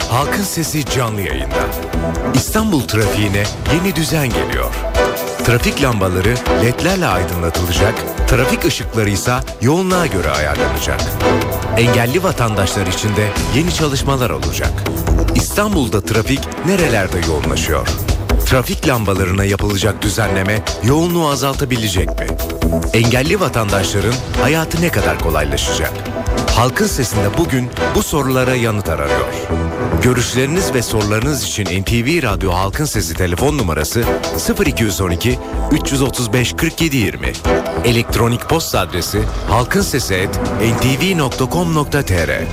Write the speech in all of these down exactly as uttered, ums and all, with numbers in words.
Halkın Sesi canlı yayında. İstanbul trafiğine yeni düzen geliyor. Trafik lambaları ledlerle aydınlatılacak, trafik ışıkları ise yoğunluğa göre ayarlanacak. Engelli vatandaşlar için de yeni çalışmalar olacak. İstanbul'da trafik nerelerde yoğunlaşıyor? Trafik lambalarına yapılacak düzenleme yoğunluğu azaltabilecek mi? Engelli vatandaşların hayatı ne kadar kolaylaşacak? Halkın Sesi'nde bugün bu sorulara yanıt aranıyor. Görüşleriniz ve sorularınız için N T V Radyo Halkın Sesi telefon numarası sıfır iki on iki üç otuz beş kırk yedi yirmi. Elektronik posta adresi halkinsesi et en te ve nokta com nokta te er.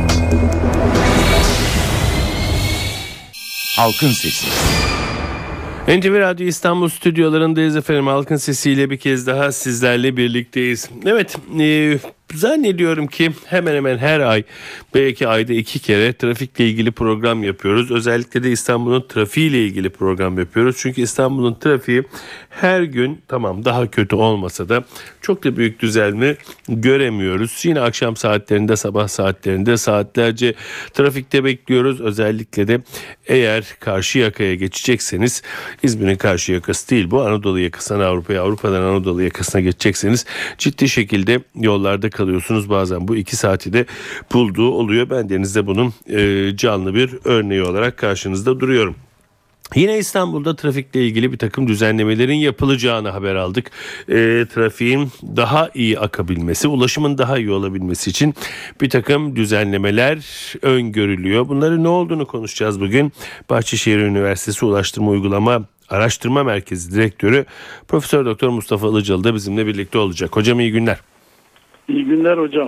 Halkın Sesi. N T V Radyo İstanbul stüdyolarındayız efendim. Halkın Sesi'yle bir kez daha sizlerle birlikteyiz. Evet, e, zannediyorum ki hemen hemen her ay, belki ayda iki kere trafikle ilgili program yapıyoruz. Özellikle de İstanbul'un trafiğiyle ilgili program yapıyoruz. Çünkü İstanbul'un trafiği her gün, tamam daha kötü olmasa da, çok da büyük düzelme göremiyoruz. Yine akşam saatlerinde, sabah saatlerinde saatlerce trafikte bekliyoruz. Özellikle de eğer Karşıyaka'ya geçecekseniz, İzmir'in karşı yakası değil bu, Anadolu yakasından Avrupa'ya, Avrupa'dan Anadolu yakasına geçecekseniz ciddi şekilde yollarda kalıyorsunuz. Bazen bu iki saati de bulduğu oluyor. Ben denizde bunun e, canlı bir örneği olarak karşınızda duruyorum. Yine İstanbul'da trafikle ilgili bir takım düzenlemelerin yapılacağını haber aldık. E, trafiğin daha iyi akabilmesi, ulaşımın daha iyi olabilmesi için bir takım düzenlemeler öngörülüyor. Bunların ne olduğunu konuşacağız bugün. Bahçeşehir Üniversitesi Ulaştırma Uygulama Araştırma Merkezi Direktörü Profesör Doktor Mustafa Ilıcalı da bizimle birlikte olacak. Hocam iyi günler. İyi günler hocam.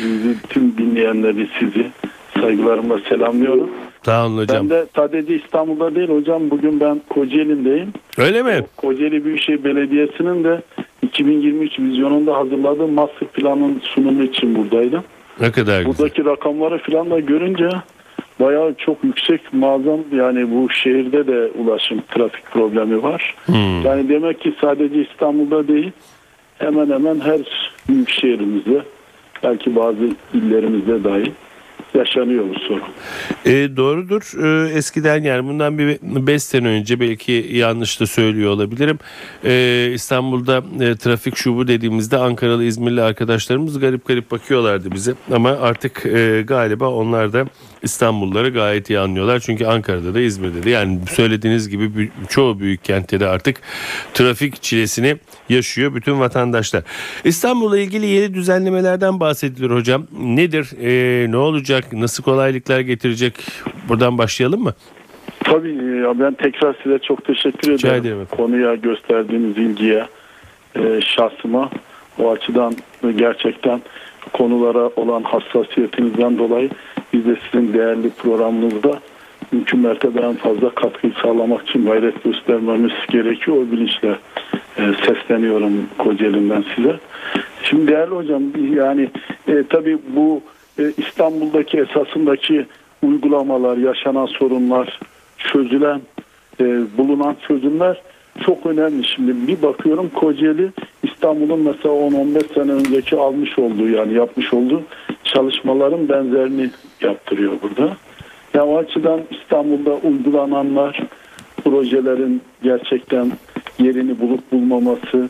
Tüm dinleyenleri sizi saygılarımla selamlıyorum. Sağ olun hocam. Ben de sadece İstanbul'da değil hocam, bugün ben Kocaeli'ndeyim. Öyle mi? Kocaeli Büyükşehir Belediyesi'nin de iki bin yirmi üç vizyonunda hazırladığı master planın sunumu için buradaydım. Ne kadar güzel. Buradaki rakamları falan da görünce bayağı çok yüksek, muazzam, yani bu şehirde de ulaşım trafik problemi var. Hmm. Yani demek ki sadece İstanbul'da değil, hemen hemen her büyük şehrimizde, belki bazı illerimizde dahi yaşanıyor bu sorun. E, doğrudur. E, eskiden, yani bundan bir beş sene önce, belki yanlış da söylüyor olabilirim, e, İstanbul'da e, trafik şubu dediğimizde Ankaralı, İzmirli arkadaşlarımız garip garip bakıyorlardı bize. Ama artık e, galiba onlar da İstanbulluları gayet iyi anlıyorlar. Çünkü Ankara'da da, İzmir'de de, yani söylediğiniz gibi çoğu büyük kentte de artık trafik çilesini yaşıyor bütün vatandaşlar. İstanbul'la ilgili yeni düzenlemelerden bahsedilir hocam. Nedir? E, ne olacak? Nasıl kolaylıklar getirecek? Buradan başlayalım mı? Tabii ya, ben tekrar size çok teşekkür ederim. ederim. Konuya gösterdiğiniz ilgiye, e, şahsıma, o açıdan gerçekten konulara olan hassasiyetinizden dolayı biz de sizin değerli programınızda mümkün mertebe en fazla katkıyı sağlamak için gayret göstermemiz gerekiyor. O bilinçle e, sesleniyorum Kocaeli'nden size. Şimdi değerli hocam, yani e, tabii bu e, İstanbul'daki esasındaki uygulamalar, yaşanan sorunlar, çözülen, e, bulunan çözümler çok önemli. Şimdi bir bakıyorum, Kocaeli İstanbul'un mesela on on beş sene önceki almış olduğu, yani yapmış olduğu çalışmaların benzerini yaptırıyor burada. Yani o açıdan İstanbul'da uygulananlar, projelerin gerçekten yerini bulup bulmaması,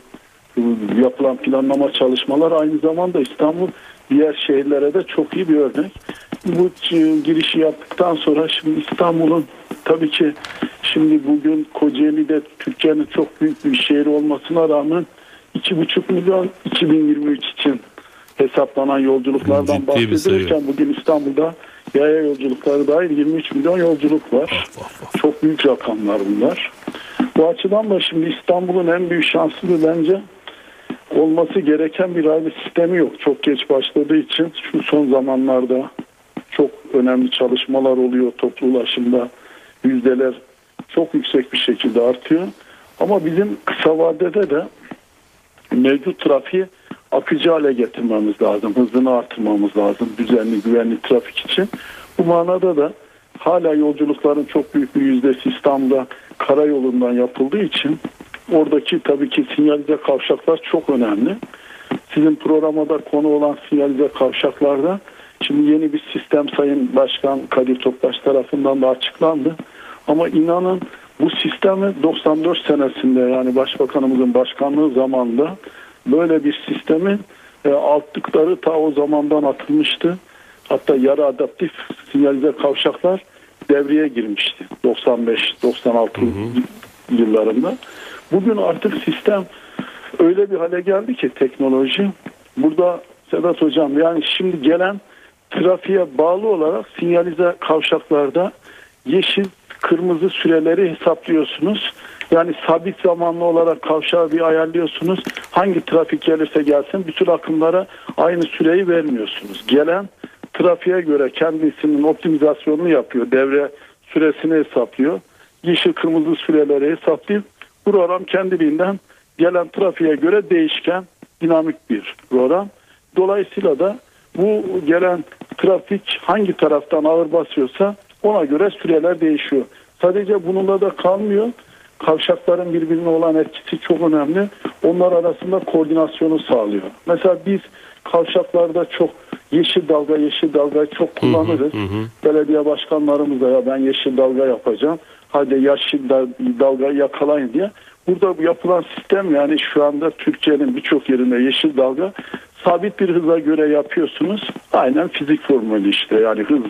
yapılan planlama çalışmalar aynı zamanda İstanbul diğer şehirlere de çok iyi bir örnek. Bu girişi yaptıktan sonra şimdi İstanbul'un tabii ki şimdi bugün Kocaeli'de Türkiye'nin çok büyük bir şehir olmasına rağmen iki buçuk milyon iki bin yirmi üç için hesaplanan yolculuklardan bahsedilirken bugün İstanbul'da yaya yolculukları dahil yirmi üç milyon yolculuk var. Çok büyük rakamlar bunlar. Bu açıdan da şimdi İstanbul'un en büyük şansı da bence olması gereken bir raylı sistemi yok. Çok geç başladığı için şu son zamanlarda çok önemli çalışmalar oluyor. Toplu ulaşımda yüzdeler çok yüksek bir şekilde artıyor. Ama bizim kısa vadede de mevcut trafiği akıcı hale getirmemiz lazım. Hızını artırmamız lazım. Düzenli, güvenli trafik için. Bu manada da hala yolculukların çok büyük bir yüzdesi İstanbul'da karayolundan yapıldığı için oradaki tabii ki sinyalize kavşaklar çok önemli. Sizin programda konu olan sinyalize kavşaklarda Şimdi yeni bir sistem Sayın Başkan Kadir Topbaş tarafından da açıklandı. Ama inanın bu sistemi doksan dört senesinde, yani Başbakanımızın başkanlığı zamanında böyle bir sistemin e, altlıkları ta o zamandan atılmıştı. Hatta yarı adaptif sinyalize kavşaklar devreye girmişti doksan beş doksan altı hı hı. yıllarında. Bugün artık sistem öyle bir hale geldi ki, teknoloji. Burada Sedat Hocam, yani şimdi gelen trafiğe bağlı olarak sinyalize kavşaklarda yeşil, kırmızı süreleri hesaplıyorsunuz. Yani sabit zamanlı olarak kavşağı bir ayarlıyorsunuz. Hangi trafik gelirse gelsin bütün akımlara aynı süreyi vermiyorsunuz. Gelen trafiğe göre kendisinin optimizasyonunu yapıyor. Devre süresini hesaplıyor. Yeşil, kırmızı süreleri hesaplayıp bu program kendiliğinden gelen trafiğe göre değişken, dinamik bir program. Dolayısıyla da bu gelen trafik hangi taraftan ağır basıyorsa ona göre süreler değişiyor. Sadece bununla da kalmıyor. Kavşakların birbirine olan etkisi çok önemli. Onlar arasında koordinasyonu sağlıyor. Mesela biz kavşaklarda çok yeşil dalga, yeşil dalgayı çok kullanırız. Hı hı hı. Belediye başkanlarımız da ya ben yeşil dalga yapacağım, hadi yeşil dalgayı yakalayın diye. Burada bu yapılan sistem, yani şu anda Türkiye'nin birçok yerinde yeşil dalga sabit bir hıza göre yapıyorsunuz. Aynen fizik formülü işte, yani hız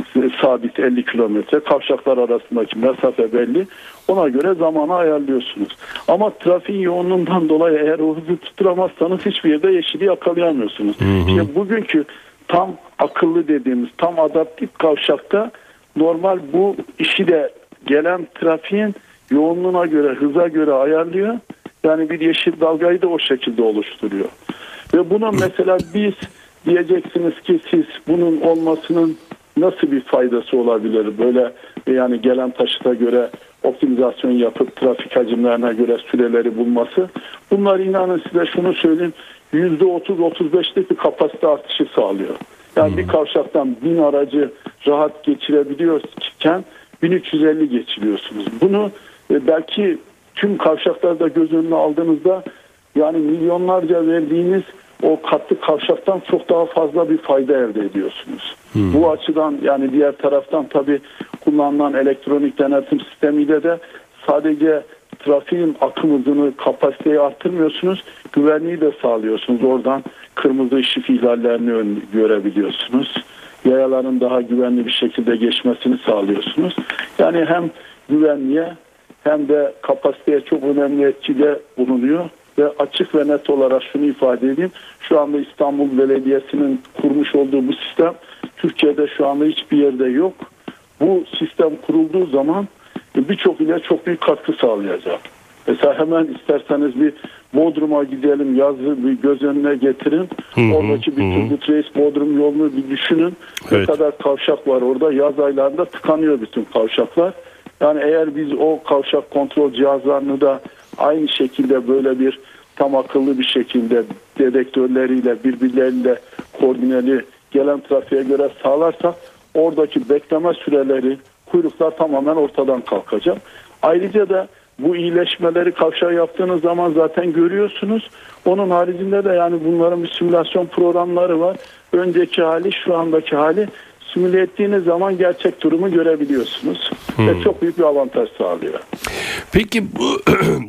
sabit elli kilometre, kavşaklar arasındaki mesafe belli. Ona göre zamanı ayarlıyorsunuz. Ama trafiğin yoğunluğundan dolayı eğer o hızı tutturamazsanız hiçbir yerde yeşili yakalayamıyorsunuz. Hı hı. İşte bugünkü tam akıllı dediğimiz, tam adaptif kavşakta normal bu işi de gelen trafiğin yoğunluğuna göre, hıza göre ayarlıyor. Yani bir yeşil dalgayı da o şekilde oluşturuyor. Ve buna mesela biz diyeceksiniz ki siz bunun olmasının nasıl bir faydası olabilir? Böyle yani gelen taşıta göre optimizasyon yapıp trafik hacimlerine göre süreleri bulması. Bunlar, inanın size şunu söyleyeyim, yüzde otuz otuz beşlik bir kapasite artışı sağlıyor. Yani hmm. bir kavşaktan bin aracı rahat geçirebiliyorken bin üç yüz elli geçiriyorsunuz. Bunu e, belki tüm kavşaklarda göz önüne aldığınızda yani milyonlarca verdiğiniz o katlı kavşaktan çok daha fazla bir fayda elde ediyorsunuz. Hmm. Bu açıdan, yani diğer taraftan tabii kullanılan elektronik denetim sistemiyle de sadece trafiğin akım hızını, kapasiteyi arttırmıyorsunuz, güvenliği de sağlıyorsunuz. Oradan kırmızı ışık ihlallerini görebiliyorsunuz. Yayaların daha güvenli bir şekilde geçmesini sağlıyorsunuz. Yani hem güvenliğe hem de kapasiteye çok önemli etkide bulunuyor. Ve açık ve net olarak şunu ifade edeyim. Şu anda İstanbul Belediyesi'nin kurmuş olduğu bu sistem Türkiye'de şu anda hiçbir yerde yok. Bu sistem kurulduğu zaman birçok ile çok büyük katkı sağlayacak. Mesela hemen isterseniz bir Bodrum'a gidelim, yazı bir göz önüne getirin. Hı hı, Oradaki bir Turgut Reis Bodrum yolunu bir düşünün. Evet. Ne kadar kavşak var orada. Yaz aylarında tıkanıyor bütün kavşaklar. Yani eğer biz o kavşak kontrol cihazlarını da aynı şekilde böyle bir tam akıllı bir şekilde dedektörleriyle birbirleriyle koordineli gelen trafiğe göre sağlarsak oradaki bekleme süreleri, kuyruklar tamamen ortadan kalkacak. Ayrıca da bu iyileşmeleri kavşağa yaptığınız zaman zaten görüyorsunuz. Onun haricinde de yani bunların bir simülasyon programları var. Önceki hali, şu andaki hali simüle ettiğiniz zaman gerçek durumu görebiliyorsunuz. Hmm. Ve çok büyük bir avantaj sağlıyor. Peki bu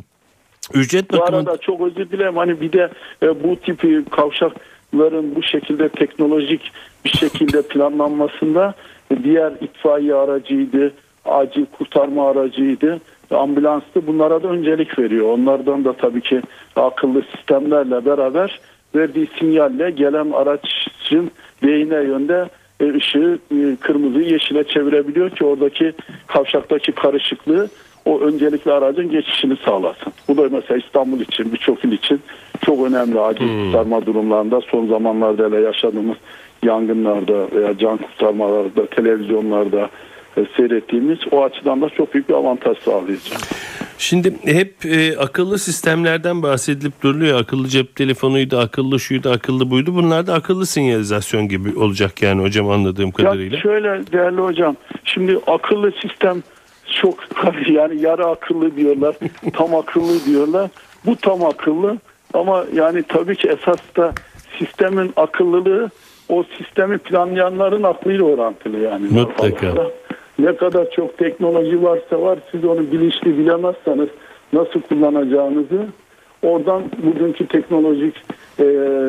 ücret bu bakımı... arada çok özür dilerim. Hani bir de e, bu tipi kavşakların bu şekilde teknolojik bir şekilde planlanmasında e, diğer itfaiye aracıydı, acil kurtarma aracıydı, ambulanstı. Bunlara da öncelik veriyor. Onlardan da tabii ki akıllı sistemlerle beraber verdiği sinyalle gelen aracın lehine yönde e, ışığı e, kırmızıyı yeşile çevirebiliyor ki oradaki kavşaktaki karışıklığı o öncelikli aracın geçişini sağlasın. Bu da mesela İstanbul için, birçok il için çok önemli acil hmm. kurtarma durumlarında, son zamanlarda hele yaşadığımız yangınlarda veya can kurtarmalarda, televizyonlarda e, seyrettiğimiz o açıdan da çok büyük bir avantaj sağlayacak. Şimdi hep e, akıllı sistemlerden bahsedilip duruluyor. Akıllı cep telefonuydu, akıllı şuydu, akıllı buydu. Bunlar da akıllı sinyalizasyon gibi olacak yani hocam, anladığım kadarıyla. Ya şöyle değerli hocam, şimdi akıllı sistem çok yani yarı akıllı diyorlar, tam akıllı diyorlar. Bu tam akıllı ama yani tabii ki esas da sistemin akıllılığı o sistemi planlayanların aklıyla orantılı yani. Mutlaka. Ne kadar çok teknoloji varsa var, siz onu bilinçli bilemezseniz nasıl kullanacağınızı, oradan bugünkü teknolojik e,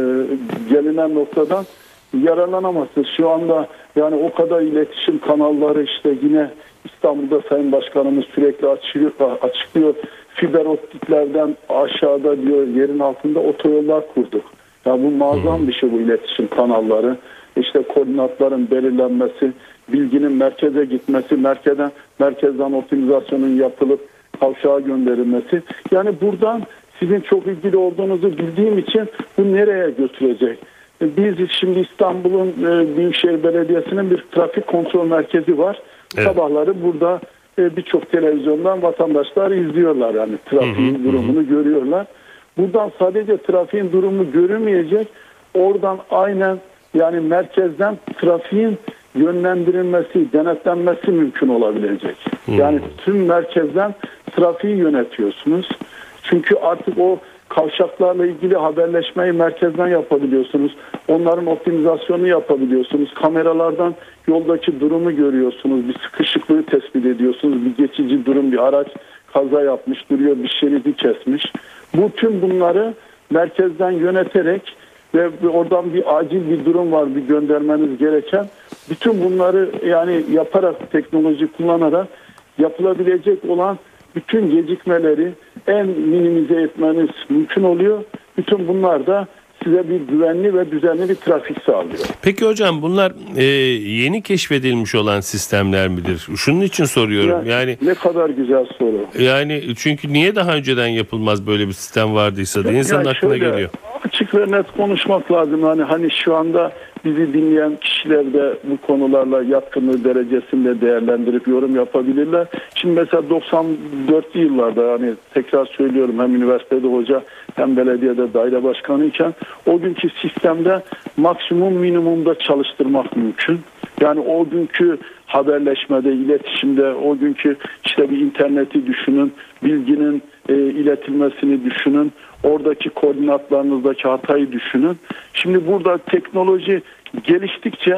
gelinen noktadan yararlanamazsınız. Şu anda yani o kadar iletişim kanalları, işte yine İstanbul'da Sayın Başkanımız sürekli açıklıyor, açıklıyor. Fiber optiklerden aşağıda diyor, yerin altında otoyollar kurduk. Ya bu muazzam bir şey, bu iletişim kanalları. İşte koordinatların belirlenmesi, bilginin merkeze gitmesi, merkezden merkezden optimizasyonun yapılıp kavşağa gönderilmesi. Yani buradan sizin çok ilgili olduğunuzu bildiğim için bu nereye götürecek? Biz şimdi İstanbul'un Büyükşehir Belediyesi'nin bir trafik kontrol merkezi var. Evet. Sabahları burada birçok televizyondan vatandaşlar izliyorlar, yani trafiğin hı hı, durumunu hı. görüyorlar. Buradan sadece trafiğin durumu görülmeyecek, oradan aynen yani merkezden trafiğin yönlendirilmesi, denetlenmesi mümkün olabilecek. Hmm. Yani tüm merkezden trafiği yönetiyorsunuz. Çünkü artık o kavşaklarla ilgili haberleşmeyi merkezden yapabiliyorsunuz. Onların optimizasyonunu yapabiliyorsunuz. Kameralardan yoldaki durumu görüyorsunuz. Bir sıkışıklığı tespit ediyorsunuz. Bir geçici durum, bir araç kaza yapmış duruyor, bir şeridi kesmiş. Bu tüm bunları merkezden yöneterek ve oradan bir acil bir durum var, bir göndermeniz gereken. Bütün bunları yani yaparak, teknoloji kullanarak yapılabilecek olan bütün gecikmeleri en minimize etmeniz mümkün oluyor. Bütün bunlar da size bir güvenli ve düzenli bir trafik sağlıyor. Peki hocam, bunlar e, yeni keşfedilmiş olan sistemler midir? Şunun için soruyorum. Ya, yani ne kadar güzel soru. Yani çünkü niye daha önceden yapılmaz böyle bir sistem vardıysa da insanın aklına şöyle, geliyor. Açık ve net konuşmak lazım. Hani hani şu anda bizi dinleyen kişiler de bu konularla yatkınlığı derecesinde değerlendirip yorum yapabilirler. Şimdi mesela doksan dörtlü yıllarda, hani tekrar söylüyorum, hem üniversitede hoca hem belediyede daire başkanıyken o günkü sistemde maksimum minimumda çalıştırmak mümkün. Yani o günkü haberleşmede, iletişimde, o günkü işte bir interneti düşünün, bilginin e, iletilmesini düşünün, oradaki koordinatlarınızdaki hatayı düşünün. Şimdi burada teknoloji geliştikçe,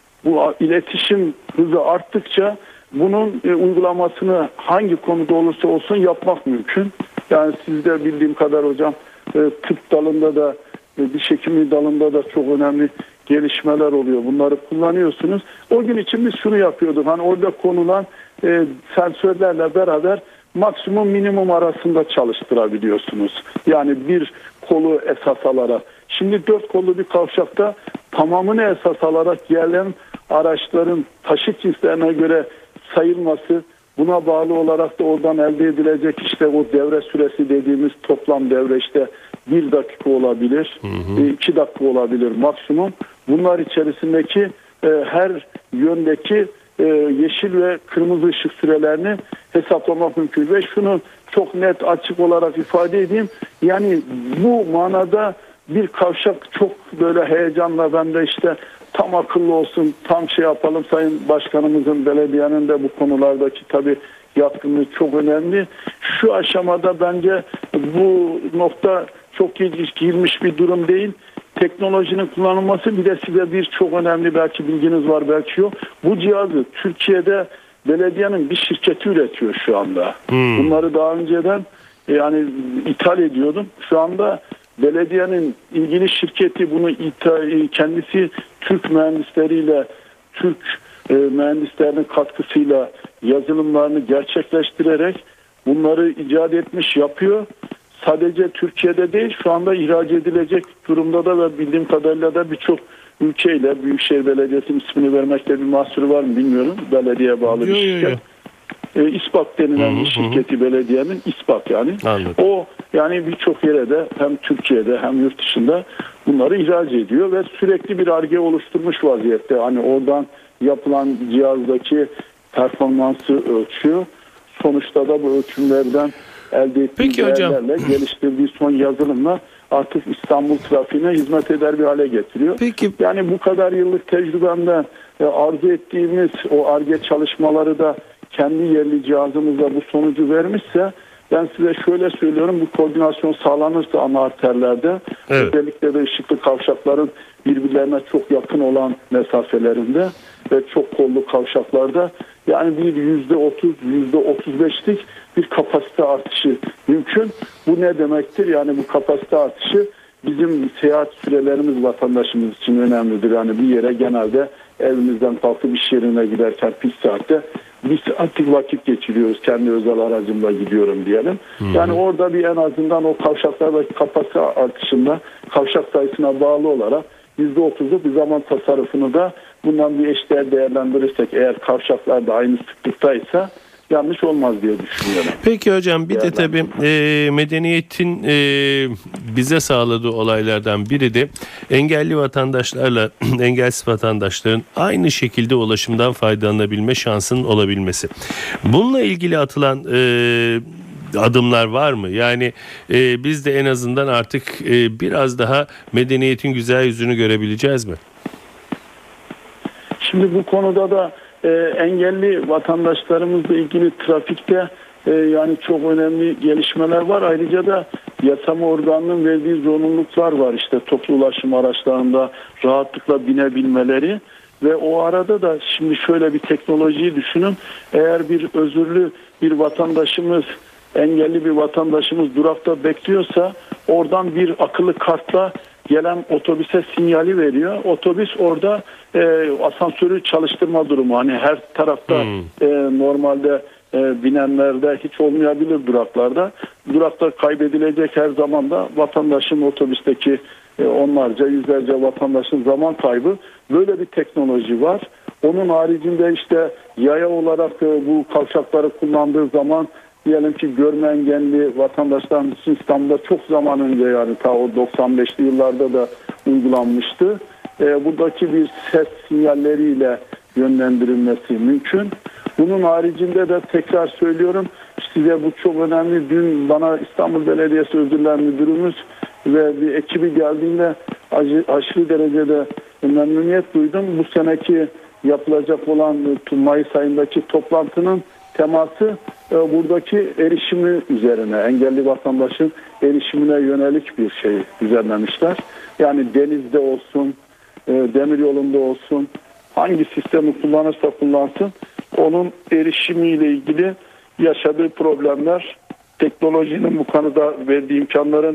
bu iletişim hızı arttıkça bunun e, uygulamasını hangi konuda olursa olsun yapmak mümkün. Yani siz de bildiğim kadar hocam e, tıp dalında da e, diş hekimliği dalında da çok önemli gelişmeler oluyor. Bunları kullanıyorsunuz. O gün için biz şunu yapıyorduk. Hani orada konulan e, sensörlerle beraber maksimum minimum arasında çalıştırabiliyorsunuz. Yani bir kolu esas alarak. Şimdi dört kollu bir kavşakta tamamını esas alarak gelen araçların taşıt cinslerine göre sayılması, buna bağlı olarak da oradan elde edilecek işte o devre süresi dediğimiz toplam devre işte bir dakika olabilir, hı hı. iki dakika olabilir maksimum. Bunlar içerisindeki e, her yöndeki e, yeşil ve kırmızı ışık sürelerini hesaplamak mümkün. Ve şunu çok net, açık olarak ifade edeyim. Yani bu manada bir kavşak çok böyle heyecanla, ben de işte tam akıllı olsun, tam şey yapalım. Sayın Başkanımızın, belediyenin de bu konulardaki tabii yatkınlığı çok önemli. Şu aşamada bence bu nokta çok girmiş bir durum değil. Teknolojinin kullanılması, bir de size bir çok önemli, belki bilginiz var belki yok. Bu cihazı Türkiye'de belediyenin bir şirketi üretiyor şu anda. Hmm. Bunları daha önceden yani ithal ediyordum. Şu anda belediyenin ilgili şirketi bunu ithal, kendisi Türk mühendisleriyle, Türk e, mühendislerinin katkısıyla yazılımlarını gerçekleştirerek bunları icat etmiş, yapıyor. Sadece Türkiye'de değil, şu anda ihraç edilecek durumda da ve bildiğim kadarıyla da birçok ülkeyle, Büyükşehir Belediyesi'nin ismini vermekte bir mahsuru var mı bilmiyorum. Belediyeye bağlı bir şirket. E, İSPAK denilen bir şirketi, belediyenin İSPAK yani. Anladım. O yani birçok yere de hem Türkiye'de hem yurt dışında bunları ihraç ediyor ve sürekli bir Ar-Ge oluşturmuş vaziyette. Hani oradan yapılan cihazdaki performansı ölçüyor. Sonuçta da bu ölçümlerden elde ettiği Peki değerlerle hocam. geliştirdiği son yazılımla artık İstanbul trafiğine hizmet eder bir hale getiriyor. Peki. Yani bu kadar yıllık tecrübemden e, arzu ettiğimiz o Ar-Ge çalışmaları da kendi yerli cihazımızla bu sonucu vermişse, Ben size şöyle söylüyorum, bu koordinasyon sağlanırsa ana arterlerde, evet, özellikle de ışıklı kavşakların birbirlerine çok yakın olan mesafelerinde ve çok kollu kavşaklarda yani bir yüzde otuz, yüzde otuz beşlik bir kapasite artışı mümkün. Bu ne demektir? Yani bu kapasite artışı bizim seyahat sürelerimiz vatandaşımız için önemlidir. Yani bir yere genelde evimizden kalkıp iş yerine giderken pik saatte bir saatlik vakit geçiriyoruz. Kendi özel aracımla gidiyorum diyelim. Hmm. Yani orada bir en azından o kavşaklardaki kapasite artışında kavşak sayısına bağlı olarak yüzde otuzluk bir zaman tasarrufunu da bundan bir eşdeğer değerlendirirsek, eğer kavşaklar da aynı sıklıktaysa yanlış olmaz diye düşünüyorum. Peki hocam, bir de tabii e, medeniyetin e, bize sağladığı olaylardan biri de engelli vatandaşlarla engelsiz vatandaşların aynı şekilde ulaşımdan faydalanabilme şansının olabilmesi. Bununla ilgili atılan e, adımlar var mı? Yani e, biz de en azından artık e, biraz daha medeniyetin güzel yüzünü görebileceğiz mi? Şimdi bu konuda da e, engelli vatandaşlarımızla ilgili trafikte e, yani çok önemli gelişmeler var. Ayrıca da yasama organının verdiği zorunluluklar var. İşte toplu ulaşım araçlarında rahatlıkla binebilmeleri ve o arada da şimdi şöyle bir teknolojiyi düşünün. Eğer bir özürlü bir vatandaşımız, engelli bir vatandaşımız durakta bekliyorsa oradan bir akıllı kartla gelen otobüse sinyali veriyor. Otobüs orada e, asansörü çalıştırma durumu. Hani her tarafta hmm. e, normalde e, binenlerde hiç olmayabilir duraklarda. Durakta kaybedilecek her zaman da vatandaşın, otobüsteki e, onlarca, yüzlerce vatandaşın zaman kaybı. Böyle bir teknoloji var. Onun haricinde işte yaya olarak e, bu kavşakları kullandığı zaman diyelim ki görme engelli vatandaşlarımız için İstanbul'da çok zaman önce, yani ta o doksan beşli yıllarda da uygulanmıştı. E, buradaki bir ses sinyalleriyle yönlendirilmesi mümkün. Bunun haricinde de tekrar söylüyorum, size bu çok önemli. Dün bana İstanbul Belediyesi Özürler Müdürümüz ve bir ekibi geldiğinde aşırı derecede memnuniyet duydum. Bu seneki yapılacak olan Mayıs ayındaki toplantının teması e, buradaki erişimi üzerine, engelli vatandaşın erişimine yönelik bir şey düzenlemişler. Yani denizde olsun, e, demiryolunda olsun, hangi sistemi kullanırsa kullansın, onun erişimiyle ilgili yaşadığı problemler, teknolojinin bu konuda verdiği imkanların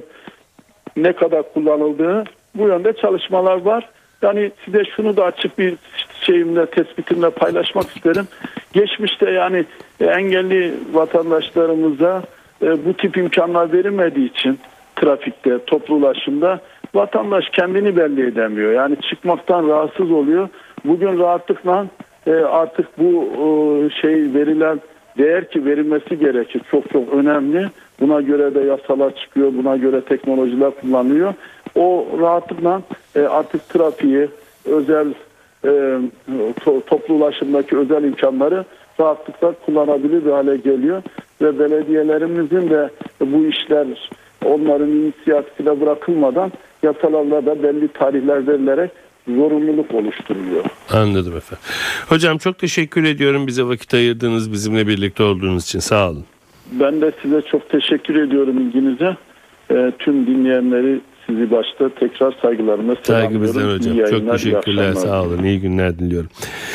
ne kadar kullanıldığı, bu yönde çalışmalar var. Yani size şunu da açık bir şeyimle, tespitimle paylaşmak isterim. Geçmişte yani engelli vatandaşlarımıza e, bu tip imkanlar verilmediği için trafikte, toplu ulaşımda vatandaş kendini belli edemiyor. Yani çıkmaktan rahatsız oluyor. Bugün rahatlıkla e, artık bu e, şey verilen değer ki verilmesi gerekir. Çok çok önemli. Buna göre de yasalar çıkıyor. Buna göre teknolojiler kullanılıyor. O rahatlıkla e, artık trafiği, özel e, to, toplu ulaşımdaki özel imkanları rahatlıkla kullanabilir bir hale geliyor. Ve belediyelerimizin de bu işler onların inisiyatifine bırakılmadan yasalarla da belli tarihler verilerek zorunluluk oluşturuyor. Anladım efendim. Hocam çok teşekkür ediyorum bize vakit ayırdığınız, bizimle birlikte olduğunuz için. Sağ olun. Ben de size çok teşekkür ediyorum ilginize. E, tüm dinleyenleri, sizi başta tekrar saygılarımla selamlıyorum. Saygı bizden hocam. Çok teşekkürler. Sağ olun. İyi günler diliyorum.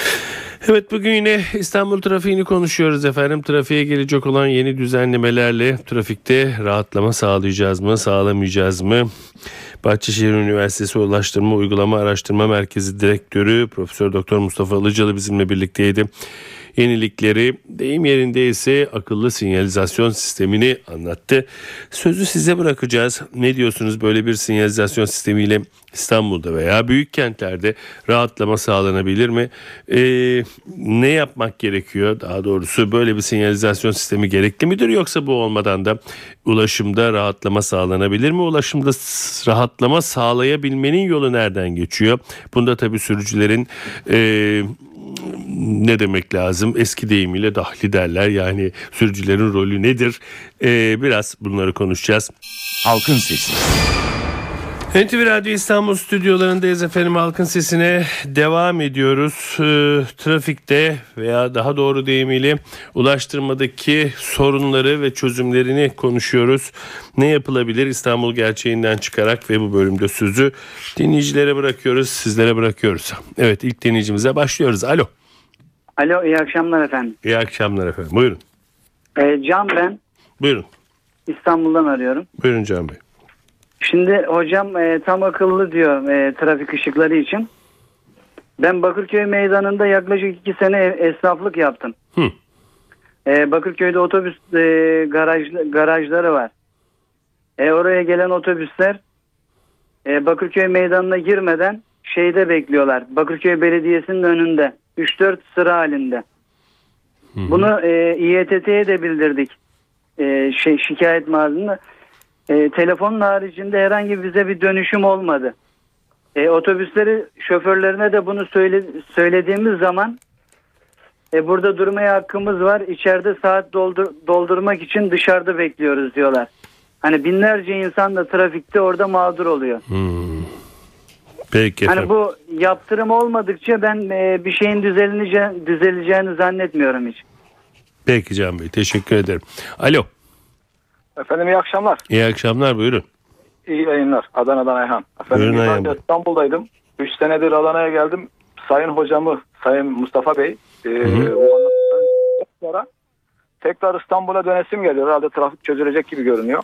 Evet, bugün yine İstanbul trafiğini konuşuyoruz efendim. Trafiğe gelecek olan yeni düzenlemelerle trafikte rahatlama sağlayacağız mı, sağlamayacağız mı? Bahçeşehir Üniversitesi Ulaştırma Uygulama Araştırma Merkezi Direktörü Profesör Doktor Mustafa Ilıcalı bizimle birlikteydi. Yenilikleri, deyim yerindeyse akıllı sinyalizasyon sistemini anlattı. Sözü size bırakacağız. Ne diyorsunuz, böyle bir sinyalizasyon sistemiyle İstanbul'da veya büyük kentlerde rahatlama sağlanabilir mi? Ee, ne yapmak gerekiyor? Daha doğrusu böyle bir sinyalizasyon sistemi gerekli midir? Yoksa bu olmadan da ulaşımda rahatlama sağlanabilir mi? Ulaşımda rahatlama sağlayabilmenin yolu nereden geçiyor? Bunda tabii sürücülerin Ee, ne demek lazım? Eski deyimiyle dahli derler. Yani sürücülerin rolü nedir? Ee, biraz bunları konuşacağız. Halkın Sesi. N T V Radyo İstanbul stüdyolarındayız efendim. Halkın Sesi'ne devam ediyoruz. E, trafikte veya daha doğru deyimiyle ulaştırmadaki sorunları ve çözümlerini konuşuyoruz. Ne yapılabilir İstanbul gerçeğinden çıkarak ve bu bölümde sözü dinleyicilere bırakıyoruz, sizlere bırakıyoruz. Evet, ilk dinleyicimize başlıyoruz. Alo. Alo, iyi akşamlar efendim. İyi akşamlar efendim. Buyurun. Ee, Can ben. Buyurun. İstanbul'dan arıyorum. Buyurun Can Bey. Şimdi hocam e, tam akıllı diyor e, trafik ışıkları için. Ben Bakırköy meydanında yaklaşık iki sene esnaflık yaptım. Hı. E, Bakırköy'de otobüs e, garaj, garajları var. E, oraya gelen otobüsler e, Bakırköy meydanına girmeden şeyde bekliyorlar. Bakırköy Belediyesi'nin önünde. üç dört sıra halinde. Hı hı. Bunu e, İ E T T'ye de bildirdik. E, şey şikayet mağazında. E, telefonun haricinde herhangi bize bir dönüşüm olmadı. E, otobüsleri şoförlerine de bunu söyle, söylediğimiz zaman e, burada durmaya hakkımız var. İçeride saat doldur, doldurmak için dışarıda bekliyoruz diyorlar. Hani binlerce insan da trafikte orada mağdur oluyor. Hmm. Peki hani efendim. bu yaptırım olmadıkça ben e, bir şeyin düzeleceğini, düzeleceğini zannetmiyorum hiç. Peki Can Bey, teşekkür ederim. Alo. Efendim iyi akşamlar. İyi akşamlar, buyurun. İyi yayınlar. Adana'dan Ayhan. Efendim Buyurun Ayhan Bey. İstanbul'daydım. üç senedir Adana'ya geldim. Sayın hocamı, Sayın Mustafa Bey e, bu anlattıktan sonra tekrar İstanbul'a dönesim geliyor. Herhalde trafik çözülecek gibi görünüyor.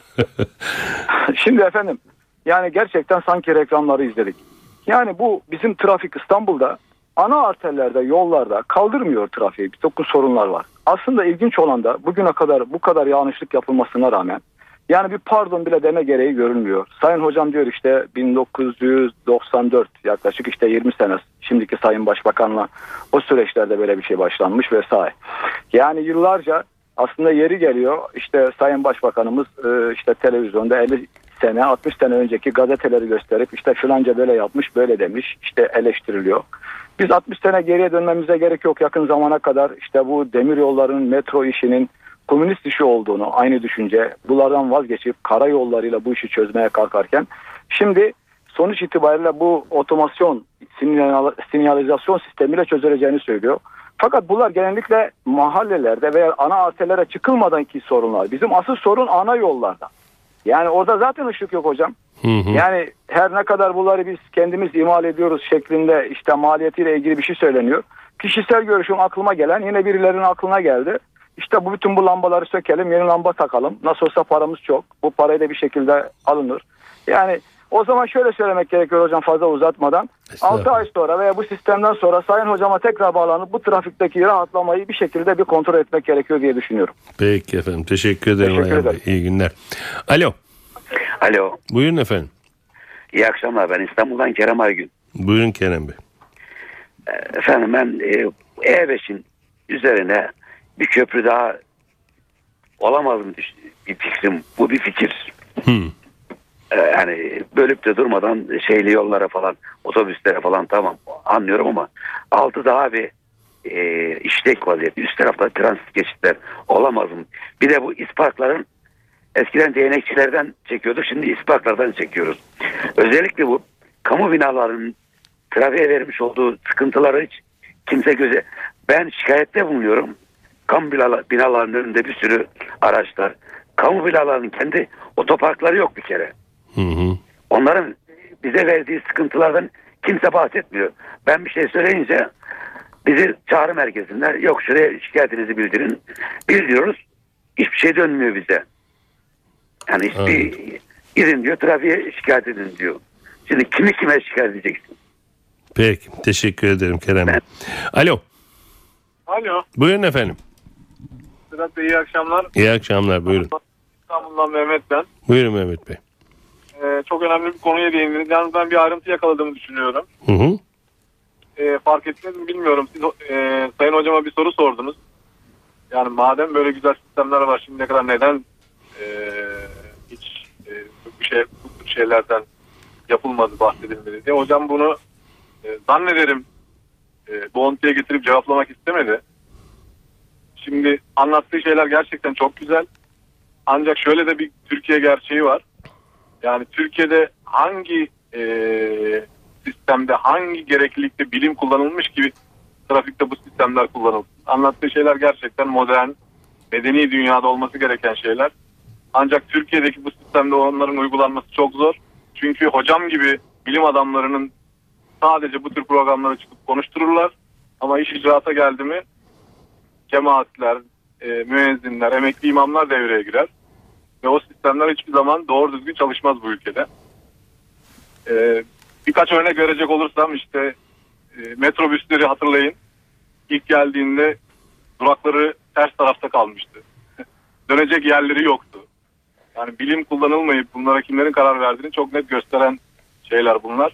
Şimdi efendim yani gerçekten sanki reklamları izledik. Yani bu bizim trafik İstanbul'da ana arterlerde, yollarda kaldırmıyor trafiği. Bir takım sorunlar var. Aslında ilginç olan da bugüne kadar bu kadar yanlışlık yapılmasına rağmen yani bir pardon bile deme gereği görülmüyor. Sayın hocam diyor işte bin dokuz yüz doksan dört yaklaşık işte yirmi sene şimdiki Sayın Başbakan'la o süreçlerde böyle bir şey başlanmış vesaire. Yani yıllarca aslında yeri geliyor işte Sayın Başbakanımız işte televizyonda elli sene altmış sene önceki gazeteleri gösterip işte filanca böyle yapmış böyle demiş işte eleştiriliyor. Biz altmış sene geriye dönmemize gerek yok, yakın zamana kadar işte bu demir yollarının metro işinin komünist işi olduğunu aynı düşünce bunlardan vazgeçip karayollarıyla bu işi çözmeye kalkarken şimdi sonuç itibariyle bu otomasyon sinyal, sinyalizasyon sistemiyle çözüleceğini söylüyor. Fakat bunlar genellikle mahallelerde veya ana arterlere çıkılmadan ki sorunlar. Bizim asıl sorun ana yollarda. Yani orada zaten ışık yok hocam. Hı hı. Yani her ne kadar bunları biz kendimiz imal ediyoruz şeklinde işte maliyetiyle ilgili bir şey söyleniyor. Kişisel görüşüm aklıma gelen yine birilerinin aklına geldi. İşte bu bütün bu lambaları sökelim, yeni lamba takalım. Nasıl olsa paramız çok. Bu parayı da bir şekilde alınır. Yani o zaman şöyle söylemek gerekiyor hocam fazla uzatmadan. altı ay sonra veya bu sistemden sonra Sayın hocama tekrar bağlanıp bu trafikteki rahatlamayı bir şekilde bir kontrol etmek gerekiyor diye düşünüyorum. Peki efendim. Teşekkür ederim. Teşekkür ederim. İyi günler. Alo. Alo. Buyurun efendim. İyi akşamlar. Ben İstanbul'dan Kerem Aygün. Buyurun Kerem Bey. Efendim ben E beşin üzerine bir köprü daha olamaz mı bir fikrim. Bu bir fikir. Hmm. Yani bölüp de durmadan şeyli yollara falan, otobüslere falan tamam anlıyorum ama altı daha bir e, işlek vaziyette. Üst tarafta transit geçitler olamaz mı? Bir de bu isparkların eskiden değnekçilerden çekiyorduk, şimdi isparklardan çekiyoruz. Özellikle bu kamu binalarının trafiğe vermiş olduğu sıkıntıları hiç kimse göze... Ben şikayette bulunuyorum. Kamu binalarının önünde bir sürü araçlar. Kamu binalarının kendi otoparkları yok bir kere. Hı hı. Onların bize verdiği sıkıntılardan kimse bahsetmiyor. Ben bir şey söyleyince bizi çağrı merkezinden yok şuraya şikayetinizi bildirin. Bildiriyoruz. Hiçbir şey dönmüyor bize. Yani hiçbir evet. izin diyor trafiğe şikayet edin diyor. Şimdi kimi kime şikayet edeceksin? Peki. Teşekkür ederim Kerem. Ben... Alo. Alo. Buyurun efendim. Sedat Bey iyi akşamlar. İyi akşamlar buyurun. İstanbul'dan Mehmet ben. Buyurun Mehmet Bey. Ee, çok önemli bir konuya değindiniz. Yalnız ben bir ayrıntı yakaladığımı düşünüyorum. Hı hı. Ee, fark ettiniz mi bilmiyorum. Siz e, Sayın Hocama bir soru sordunuz. Yani madem böyle güzel sistemler var şimdiye kadar neden e, hiç e, bu, şey, bu şeylerden yapılmadı, bahsedilmedi diye. Hocam bunu e, zannederim e, boğuntuya getirip cevaplamak istemedi. Şimdi anlattığı şeyler gerçekten çok güzel. Ancak şöyle de bir Türkiye gerçeği var. Yani Türkiye'de hangi e, sistemde hangi gereklilikte bilim kullanılmış gibi trafikte bu sistemler kullanılır. Anlattığı şeyler gerçekten modern, medeni dünyada olması gereken şeyler. Ancak Türkiye'deki bu sistemde onların uygulanması çok zor. Çünkü hocam gibi bilim adamlarının sadece bu tür programlara çıkıp konuştururlar. Ama iş icraata geldi mi cemaatler, e, müezzinler, emekli imamlar devreye girer. Ve o sistemler hiçbir zaman doğru düzgün çalışmaz bu ülkede. E, birkaç örnek verecek olursam işte e, metrobüsleri hatırlayın. İlk geldiğinde durakları ters tarafta kalmıştı. Dönecek yerleri yoktu. Yani bilim kullanılmayıp bunlara kimlerin karar verdiğini çok net gösteren şeyler bunlar.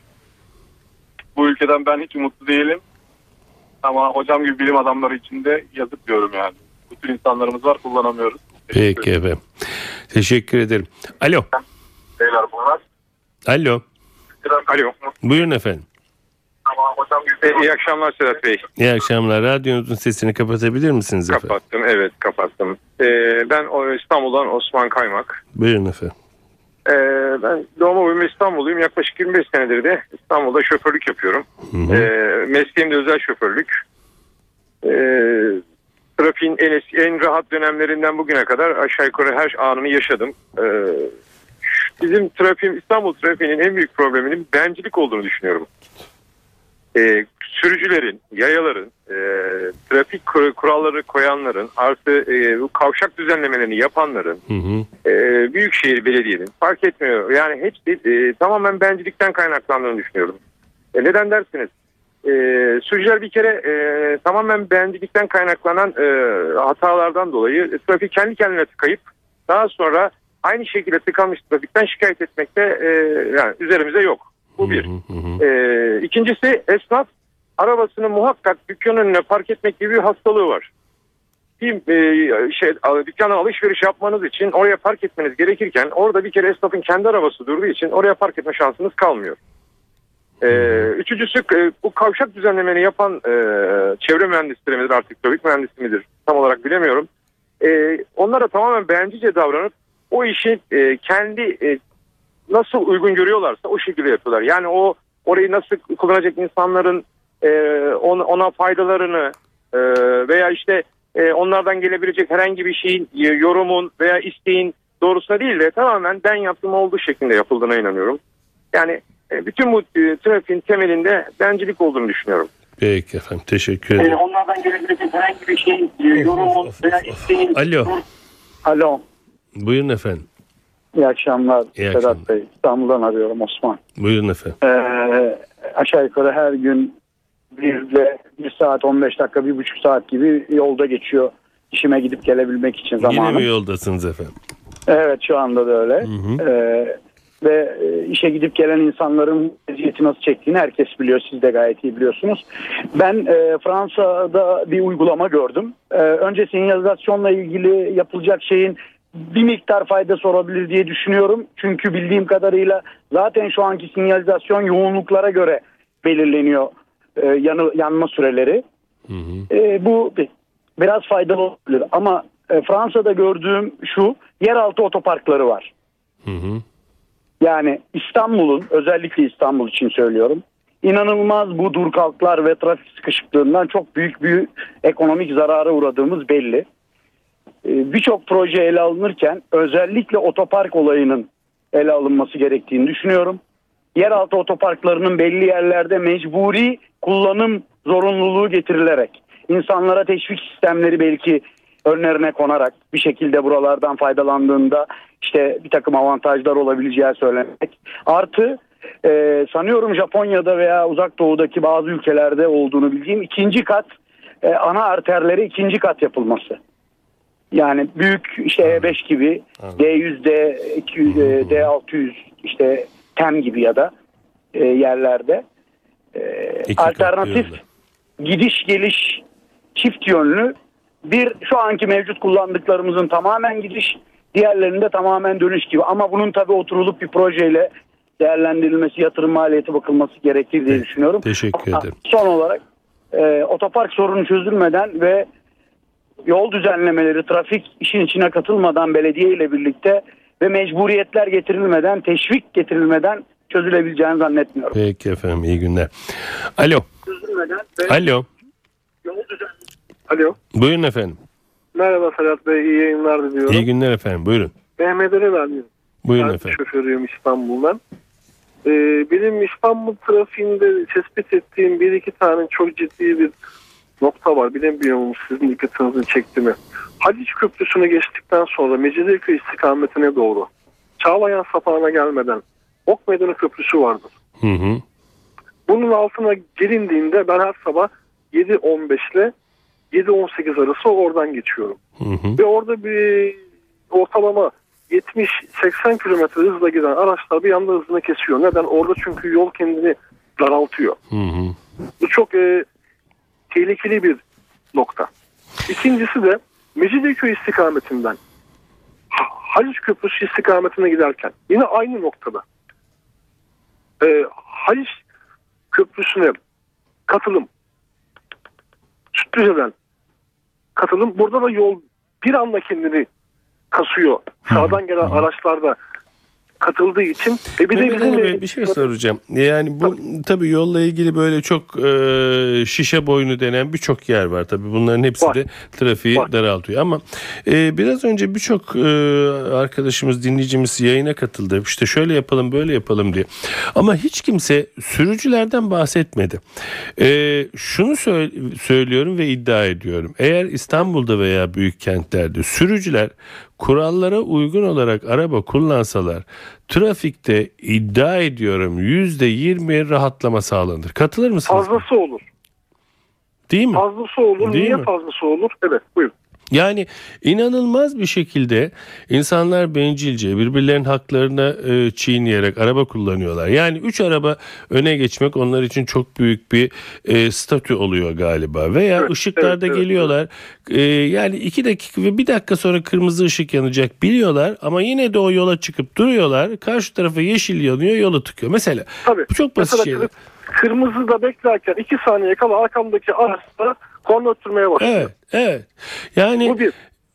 Bu ülkeden ben hiç umutlu değilim. Ama hocam gibi bilim adamları için de yazık diyorum yani. Bu tür insanlarımız var, kullanamıyoruz. Peki efendim. Teşekkür ederim. Alo. Şeyler bunlar. Alo. Alo. Buyurun efendim. Ama hocam gibi... E, iyi akşamlar Sedat Bey. İyi akşamlar. Radyonuzun sesini kapatabilir misiniz efendim? Kapattım, evet kapattım. E, ben İstanbul'dan Osman Kaymak. Buyurun efendim. E, ben doğma büyüme İstanbulluyum. Yaklaşık yirmi beş senedir de İstanbul'da şoförlük yapıyorum. Hı hı. E, mesleğim de özel şoförlük. E, trafiğin en, eski, en rahat dönemlerinden bugüne kadar aşağı yukarı her anını yaşadım. E, bizim trafiğim, İstanbul trafiğinin en büyük probleminin bencillik olduğunu düşünüyorum. E, sürücülerin, yayaların, e, trafik kuralları koyanların, artı e, bu kavşak düzenlemelerini yapanların, hı hı. E, Büyükşehir Belediye'nin fark etmiyor. Yani hepsi e, tamamen bencillikten kaynaklandığını düşünüyorum. E, neden dersiniz? E, sürücüler bir kere e, tamamen bencillikten kaynaklanan e, hatalardan dolayı e, trafik kendi kendine tıkayıp daha sonra aynı şekilde tıkanmış trafikten şikayet etmekte e, yani üzerimize yok. Bu bir. Hı hı. Ee, ikincisi esnaf arabasını muhakkak dükkanın önüne park etmek gibi bir hastalığı var. Bir e, şey, dükkana alışveriş yapmanız için oraya park etmeniz gerekirken orada bir kere esnafın kendi arabası durduğu için oraya park etme şansınız kalmıyor. Ee, üçüncüsü e, bu kavşak düzenlemeni yapan e, çevre mühendisleri midir artık trafik mühendisi midir tam olarak bilemiyorum. E, onlara tamamen bencilce davranıp o işi e, kendi e, nasıl uygun görüyorlarsa o şekilde yapıyorlar. Yani o orayı nasıl kullanacak insanların e, ona, ona faydalarını e, veya işte e, onlardan gelebilecek herhangi bir şeyin e, yorumun veya isteğin doğrusuna değil de tamamen ben yaptığım olduğu şeklinde yapıldığına inanıyorum. Yani e, bütün bu e, trafiğin temelinde bencillik olduğunu düşünüyorum. Peki efendim, teşekkür ederim. E, onlardan gelebilecek herhangi bir şeyin e, yorumun veya isteğin... Alo. Alo. Buyurun efendim. İyi akşamlar İyi Sedat akşamlar. Bey. İstanbul'dan arıyorum Osman. Buyurun efendim. Ee, aşağı yukarı her gün bir de bir saat on beş dakika bir buçuk saat gibi yolda geçiyor. İşime gidip gelebilmek için zamanım. Yine mi yoldasınız efendim? Evet, şu anda da öyle. Hı hı. Ee, ve işe gidip gelen insanların eziyeti nasıl çektiğini herkes biliyor. Siz de gayet iyi biliyorsunuz. Ben e, Fransa'da bir uygulama gördüm. E, önce sinyalizasyonla ilgili yapılacak şeyin bir miktar faydası olabilir diye düşünüyorum. Çünkü bildiğim kadarıyla zaten şu anki sinyalizasyon yoğunluklara göre belirleniyor e, yanı, yanma süreleri. Hı hı. E, bu biraz faydalı olabilir. Ama e, Fransa'da gördüğüm şu, yeraltı otoparkları var. Hı hı. Yani İstanbul'un, özellikle İstanbul için söylüyorum, inanılmaz bu dur kalklar ve trafik sıkışıklığından çok büyük bir ekonomik zarara uğradığımız belli. Birçok proje ele alınırken özellikle otopark olayının ele alınması gerektiğini düşünüyorum. Yeraltı otoparklarının belli yerlerde mecburi kullanım zorunluluğu getirilerek, insanlara teşvik sistemleri belki önlerine konarak bir şekilde buralardan faydalandığında işte bir takım avantajlar olabileceği söylenmek. Artı e, sanıyorum Japonya'da veya Uzak Doğu'daki bazı ülkelerde olduğunu bildiğim ikinci kat e, ana arterleri ikinci kat yapılması. Yani büyük işte E beş gibi, D yüz, D iki yüz, D altı yüz, işte TEM gibi ya da e, yerlerde e, alternatif gidiş geliş çift yönlü bir, şu anki mevcut kullandıklarımızın tamamen gidiş, diğerlerinde tamamen dönüş gibi. Ama bunun tabii oturulup bir projeyle değerlendirilmesi, yatırım maliyeti bakılması gerekir diye düşünüyorum. Teşekkür Ama ederim. son olarak e, otopark sorunu çözülmeden ve yol düzenlemeleri, trafik işin içine katılmadan belediye ile birlikte ve mecburiyetler getirilmeden, teşvik getirilmeden çözülebileceğini zannetmiyorum. Peki efendim, iyi günler. Alo. Alo. Alo. Buyurun efendim. Merhaba Ferhat Bey, iyi yayınlar diliyorum. İyi günler efendim, buyurun. Mehmet Ali ben. Buyurun ben efendim. Şoförüyüm İstanbul'dan. Ee, benim İstanbul trafiğinde tespit ettiğim bir iki tane çok ciddi bir nokta var. Bilemiyorum sizin dikkatinizi çekti mi? Haliç Köprüsü'nü geçtikten sonra Mecidiyeköy istikametine doğru Çağlayan sapağına gelmeden Ok Meydanı Köprüsü vardır. Hı hı. Bunun altına gelindiğinde ben her sabah yedi on beş ile yedi on sekiz arası oradan geçiyorum. Hı hı. Ve orada bir ortalama yetmiş seksen kilometre hızla giden araçlar bir anda hızını kesiyor. Neden? Orada çünkü yol kendini daraltıyor. Hı hı. Bu çok e, tehlikeli bir nokta. İkincisi de Mecidiyeköy istikametinden Haliç Köprüsü istikametine giderken yine aynı noktada e, Haliç Köprüsü'ne katılım Sütlüce'den katılım. Burada da yol bir anda kendini kasıyor. Sağdan gelen araçlar da katıldığı için. E bir de bizim bir, bir şey soracağım. Yani bu tabii, tabii yolla ilgili böyle çok e, şişe boynu denen birçok yer var. Tabii bunların hepsi var. de trafiği var. daraltıyor. Ama e, biraz önce birçok e, arkadaşımız, dinleyicimiz yayına katıldı. İşte şöyle yapalım, böyle yapalım diye. Ama hiç kimse sürücülerden bahsetmedi. E, şunu sö- söylüyorum ve iddia ediyorum. Eğer İstanbul'da veya büyük kentlerde sürücüler kurallara uygun olarak araba kullansalar, trafikte iddia ediyorum yüzde yirmi rahatlama sağlanır. Katılır mısınız? Fazlası olur. Değil mi? Fazlası olur. Değil Niye mi? fazlası olur? Evet, buyurun. Yani inanılmaz bir şekilde insanlar bencilce birbirlerinin haklarına e, çiğneyerek araba kullanıyorlar. Yani üç araba öne geçmek onlar için çok büyük bir e, statü oluyor galiba. Veya evet, ışıklarda evet, geliyorlar. Evet. E, yani iki dakika ve bir dakika sonra kırmızı ışık yanacak biliyorlar ama yine de o yola çıkıp duruyorlar. Karşı tarafa yeşil yanıyor, yolu tıkıyor. Mesela Tabii. bu çok basit şeyler. Kırmızıda beklerken iki saniye kala arkamdaki araçlara korna öttürmeye başlıyor. Evet, evet. Yani bu, bir.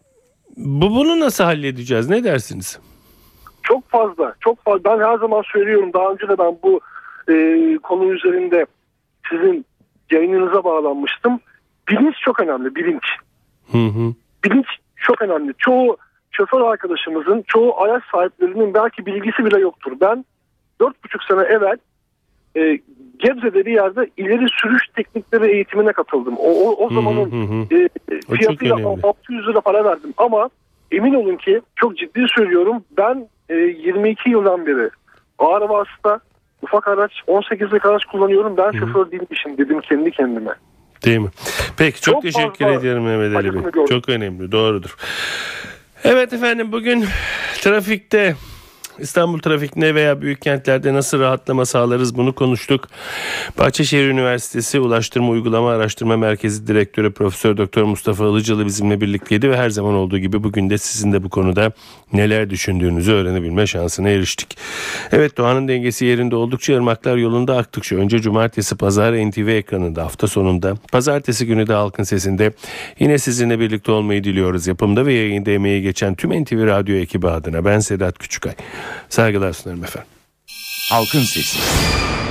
bu bunu nasıl halledeceğiz? Ne dersiniz? Çok fazla, çok fazla. Ben her zaman söylüyorum. Daha önce de ben bu e, konu üzerinde sizin yayınınıza bağlanmıştım. Bilinç çok önemli, bilinç. Hı hı. Bilinç çok önemli. Çoğu şoför arkadaşımızın, çoğu araç sahiplerinin belki bilgisi bile yoktur. Ben dört buçuk sene evvel e, Gebze'de bir yerde ileri sürüş teknikleri eğitimine katıldım. O, o, o zamanın hı hı. E, fiyatıyla altı yüz lira para verdim. Ama emin olun ki çok ciddi söylüyorum, ben e, yirmi iki yıldan beri ağır vasıta, ufak araç, on sekizlik araç kullanıyorum. Ben hı. şoför değilmişim dedim kendi kendime. Değil mi? Peki çok, çok teşekkür ediyorum Mehmet Ali Bey. Çok önemli, doğrudur. Evet efendim, bugün trafikte, İstanbul trafiğinde veya büyük kentlerde nasıl rahatlama sağlarız bunu konuştuk. Bahçeşehir Üniversitesi Ulaştırma Uygulama Araştırma Merkezi Direktörü Profesör Doktor Mustafa Ilıcalı bizimle birlikteydi ve her zaman olduğu gibi bugün de sizin de bu konuda neler düşündüğünüzü öğrenebilme şansına eriştik. Evet, doğanın dengesi yerinde oldukça, ırmaklar yolunda aktıkça önce cumartesi pazar N T V ekranında, hafta sonunda pazartesi günü de Halkın Sesi'nde yine sizinle birlikte olmayı diliyoruz. Yapımda ve yayında emeği geçen tüm N T V Radyo ekibi adına ben Sedat Küçükay. Saygılar sunarım efendim. Halkın Sesi.